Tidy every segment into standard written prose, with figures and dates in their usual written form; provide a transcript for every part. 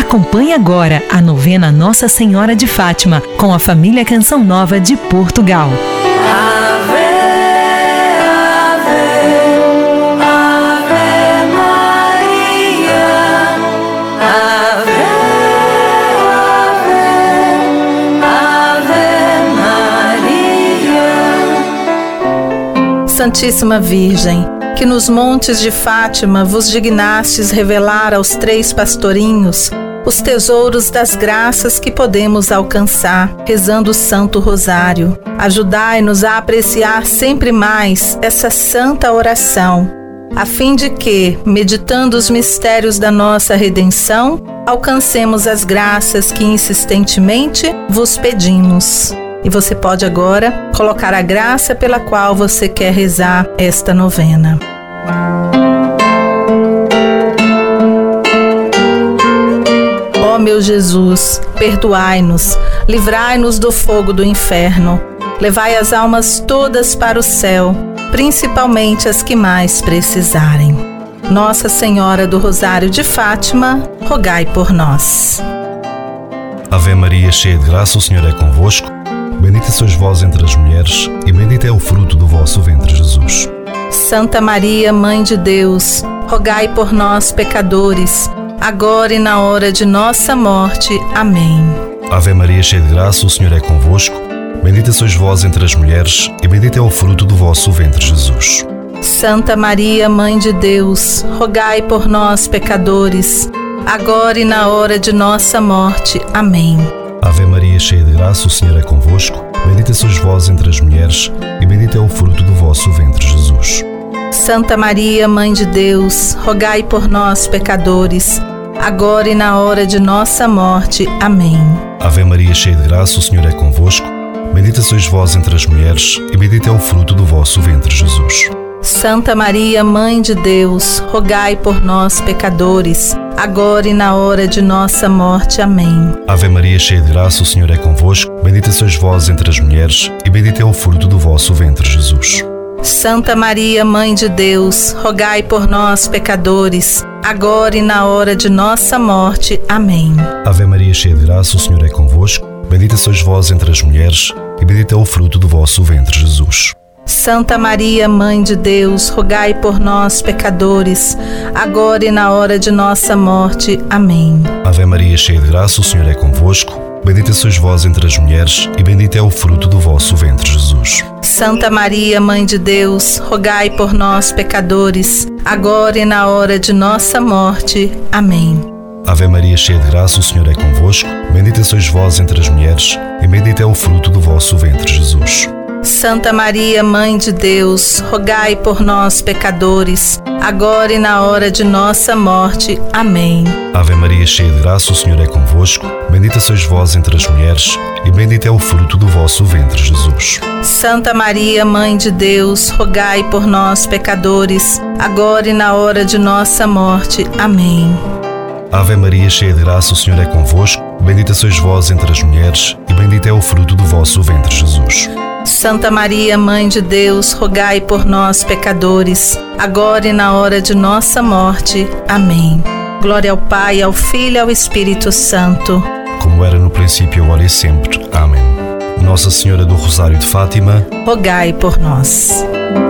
Acompanhe agora a novena Nossa Senhora de Fátima com a família Canção Nova de Portugal. Santíssima Virgem, que nos montes de Fátima vos dignastes revelar aos 3 pastorinhos os tesouros das graças que podemos alcançar rezando o Santo Rosário. Ajudai-nos a apreciar sempre mais essa santa oração, a fim de que, meditando os mistérios da nossa redenção, alcancemos as graças que insistentemente vos pedimos. E você pode agora colocar a graça pela qual você quer rezar esta novena. Ó meu Jesus, perdoai-nos, livrai-nos do fogo do inferno, levai as almas todas para o céu, principalmente as que mais precisarem. Nossa Senhora do Rosário de Fátima, rogai por nós. Ave Maria, cheia de graça, o Senhor é convosco. Bendita sois vós entre as mulheres, e bendito é o fruto do vosso ventre, Jesus. Santa Maria, Mãe de Deus, rogai por nós, pecadores, agora e na hora de nossa morte. Amém. Ave Maria, cheia de graça, o Senhor é convosco. Bendita sois vós entre as mulheres, e bendito é o fruto do vosso ventre, Jesus. Santa Maria, Mãe de Deus, rogai por nós, pecadores, agora e na hora de nossa morte. Amém. Ave Maria, cheia de graça, o Senhor é convosco. Bendita sois vós entre as mulheres, e bendito é o fruto do vosso ventre, Jesus. Santa Maria, Mãe de Deus, rogai por nós, pecadores, agora e na hora de nossa morte. Amém. Ave Maria, cheia de graça, o Senhor é convosco. Bendita sois vós entre as mulheres, e bendito é o fruto do vosso ventre, Jesus. Santa Maria, Mãe de Deus, rogai por nós, pecadores, agora e na hora de nossa morte. Amém. Ave Maria, cheia de graça, o Senhor é convosco. Bendita sois vós entre as mulheres, e bendito é o fruto do vosso ventre, Jesus. Santa Maria, Mãe de Deus, rogai por nós, pecadores, agora e na hora de nossa morte. Amém. Ave Maria, cheia de graça, o Senhor é convosco. Bendita sois vós entre as mulheres, e bendito é o fruto do vosso ventre, Jesus. Santa Maria, Mãe de Deus, rogai por nós, pecadores, agora e na hora de nossa morte. Amém. Ave Maria, cheia de graça, o Senhor é convosco. Bendita sois vós entre as mulheres, e bendito é o fruto do vosso ventre, Jesus. Santa Maria, Mãe de Deus, rogai por nós, pecadores, agora e na hora de nossa morte. Amém. Ave Maria, cheia de graça, o Senhor é convosco. Bendita sois vós entre as mulheres, e bendito é o fruto do vosso ventre, Jesus. Santa Maria, Mãe de Deus, rogai por nós, pecadores, agora e na hora de nossa morte. Amém. Ave Maria, cheia de graça, o Senhor é convosco. Bendita sois vós entre as mulheres, e bendito é o fruto do vosso ventre, Jesus. Santa Maria, Mãe de Deus, rogai por nós, pecadores, agora e na hora de nossa morte. Amém. Ave Maria, cheia de graça, o Senhor é convosco. Bendita sois vós entre as mulheres, e bendito é o fruto do vosso ventre, Jesus. Santa Maria, Mãe de Deus, rogai por nós, pecadores, agora e na hora de nossa morte. Amém. Glória ao Pai, ao Filho e ao Espírito Santo, como era no princípio, agora e sempre. Amém. Nossa Senhora do Rosário de Fátima, rogai por nós.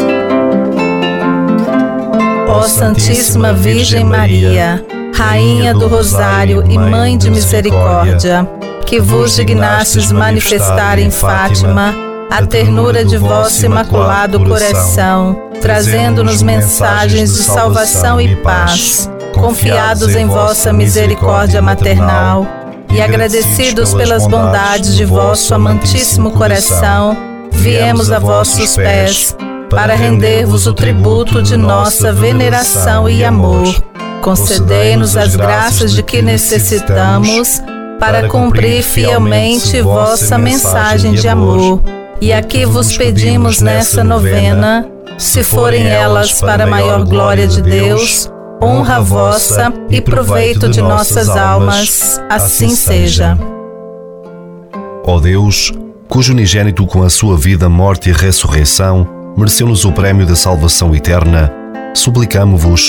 Ó Santíssima Virgem Maria, Rainha do Rosário e Mãe de Misericórdia, que vos dignastes manifestar em Fátima a ternura de vosso imaculado coração, trazendo-nos mensagens de salvação e paz, confiados em vossa misericórdia maternal e agradecidos pelas bondades de vosso amantíssimo coração, viemos a vossos pés para render-vos o tributo de nossa veneração e amor. Concedei-nos as graças de que necessitamos para cumprir fielmente vossa mensagem de amor. E aqui vos pedimos nessa novena, se forem elas para a maior glória de Deus, honra vossa e proveito de nossas almas, assim seja. Ó Deus, cujo unigênito com a sua vida, morte e ressurreição mereceu-nos o prémio da salvação eterna, suplicamo-vos,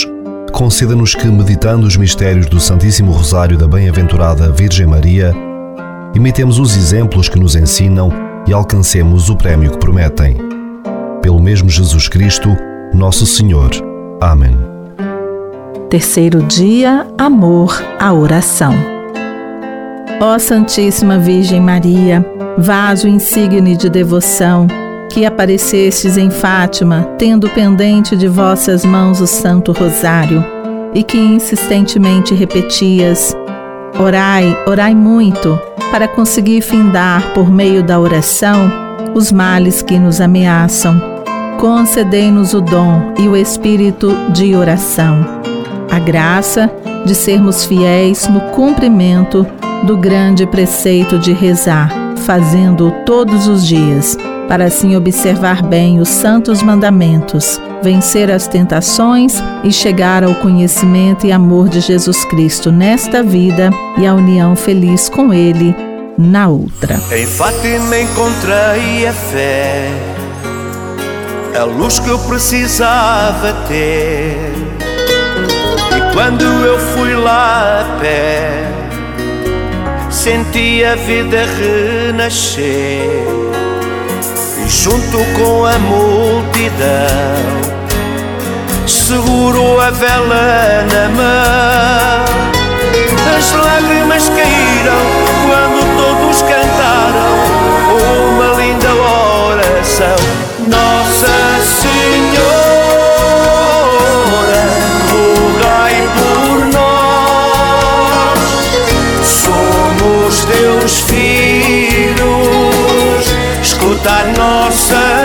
conceda-nos que, meditando os mistérios do Santíssimo Rosário da Bem-aventurada Virgem Maria, imitemos os exemplos que nos ensinam e alcancemos o prémio que prometem. Pelo mesmo Jesus Cristo, nosso Senhor. Amém. Terceiro dia, amor à oração. Ó Santíssima Virgem Maria, vaso insigne de devoção, que aparecestes em Fátima, tendo pendente de vossas mãos o Santo Rosário, e que insistentemente repetias: orai, orai muito, para conseguir findar, por meio da oração, os males que nos ameaçam. Concedei-nos o dom e o espírito de oração, a graça de sermos fiéis no cumprimento do grande preceito de rezar, fazendo-o todos os dias, para assim observar bem os santos mandamentos, vencer as tentações e chegar ao conhecimento e amor de Jesus Cristo nesta vida e a união feliz com Ele na outra. Em Fátima encontrei a fé, a luz que eu precisava ter. E quando eu fui lá a pé, senti a vida renascer. E junto com a multidão, seguro a vela na mão. As lágrimas caíram quando todos cantaram uma linda oração. Nossa Senhora, rogai por nós, somos teus filhos, escuta a nossa